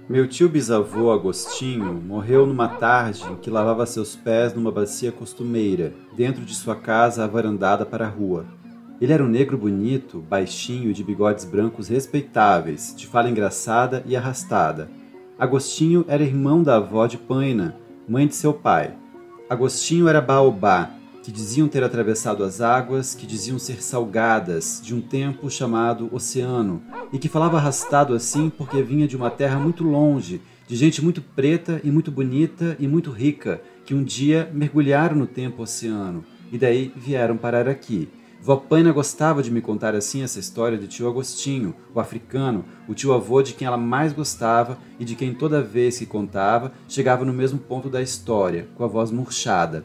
Meu tio bisavô Agostinho morreu numa tarde em que lavava seus pés numa bacia costumeira, dentro de sua casa avarandada para a rua. Ele era um negro bonito, baixinho, de bigodes brancos respeitáveis, de fala engraçada e arrastada. Agostinho era irmão da avó de Paina, mãe de seu pai. Agostinho era baobá, que diziam ter atravessado as águas, que diziam ser salgadas, de um tempo chamado oceano, e que falava arrastado assim porque vinha de uma terra muito longe, de gente muito preta e muito bonita e muito rica, que um dia mergulharam no tempo oceano, e daí vieram parar aqui. Vó Paina gostava de me contar assim essa história de tio Agostinho, o africano, o tio-avô de quem ela mais gostava e de quem toda vez que contava, chegava no mesmo ponto da história, com a voz murchada.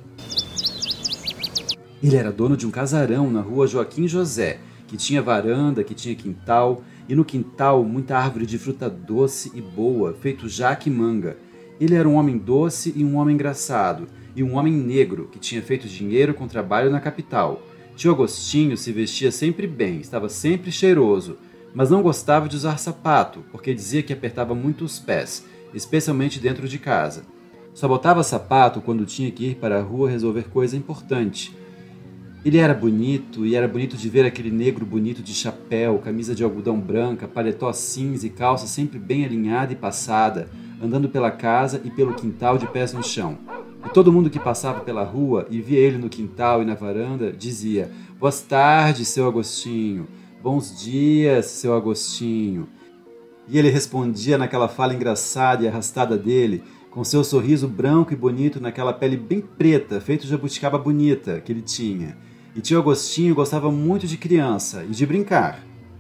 Ele era dono de um casarão na rua Joaquim José, que tinha varanda, que tinha quintal, e no quintal muita árvore de fruta doce e boa, feito jaca e manga. Ele era um homem doce e um homem engraçado, e um homem negro, que tinha feito dinheiro com trabalho na capital. Tio Agostinho se vestia sempre bem, estava sempre cheiroso, mas não gostava de usar sapato, porque dizia que apertava muito os pés, especialmente dentro de casa. Só botava sapato quando tinha que ir para a rua resolver coisa importante. Ele era bonito, e era bonito de ver aquele negro bonito de chapéu, camisa de algodão branca, paletó cinza e calça sempre bem alinhada e passada, andando pela casa e pelo quintal de pés no chão. E todo mundo que passava pela rua e via ele no quintal e na varanda dizia: "Boas tardes, seu Agostinho. Bons dias, seu Agostinho." E ele respondia naquela fala engraçada e arrastada dele, com seu sorriso branco e bonito naquela pele bem preta, feito de jabuticaba bonita, que ele tinha. E tio Agostinho gostava muito de criança e de brincar.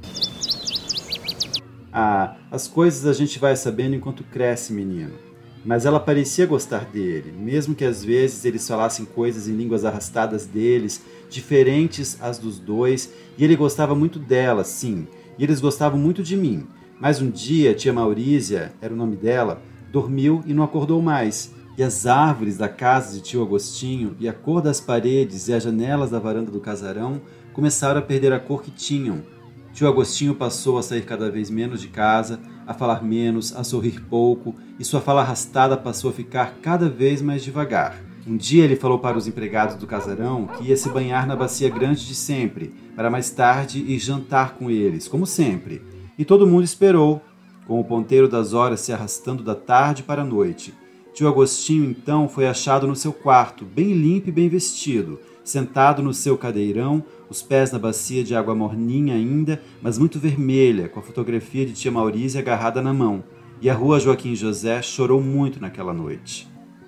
As coisas a gente vai sabendo enquanto cresce, menino. Mas ela parecia gostar dele, mesmo que às vezes eles falassem coisas em línguas arrastadas deles, diferentes às dos dois, e ele gostava muito dela, sim, e eles gostavam muito de mim. Mas um dia, tia Maurísia, era o nome dela, dormiu e não acordou mais. E as árvores da casa de tio Agostinho, e a cor das paredes e as janelas da varanda do casarão começaram a perder a cor que tinham. Tio Agostinho passou a sair cada vez menos de casa, a falar menos, a sorrir pouco, e sua fala arrastada passou a ficar cada vez mais devagar. Um dia ele falou para os empregados do casarão que ia se banhar na bacia grande de sempre, para mais tarde ir jantar com eles, como sempre. E todo mundo esperou, com o ponteiro das horas se arrastando da tarde para a noite. Tio Agostinho, então, foi achado no seu quarto, bem limpo e bem vestido, sentado no seu cadeirão, os pés na bacia de água morninha ainda, mas muito vermelha, com a fotografia de tia Maurísia agarrada na mão. E a rua Joaquim José chorou muito naquela noite.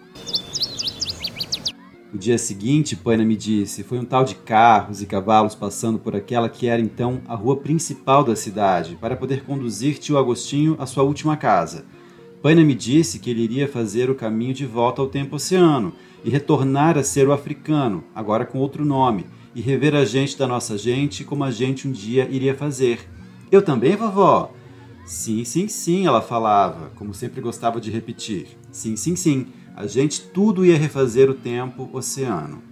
No dia seguinte, Paina me disse, foi um tal de carros e cavalos passando por aquela que era então a rua principal da cidade, para poder conduzir tio Agostinho à sua última casa. Paina me disse que ele iria fazer o caminho de volta ao tempo oceano e retornar a ser o africano, agora com outro nome, e rever a gente da nossa gente como a gente um dia iria fazer. Eu também, vovó? Sim, sim, sim, ela falava, como sempre gostava de repetir. Sim, sim, sim, a gente tudo ia refazer o tempo oceano.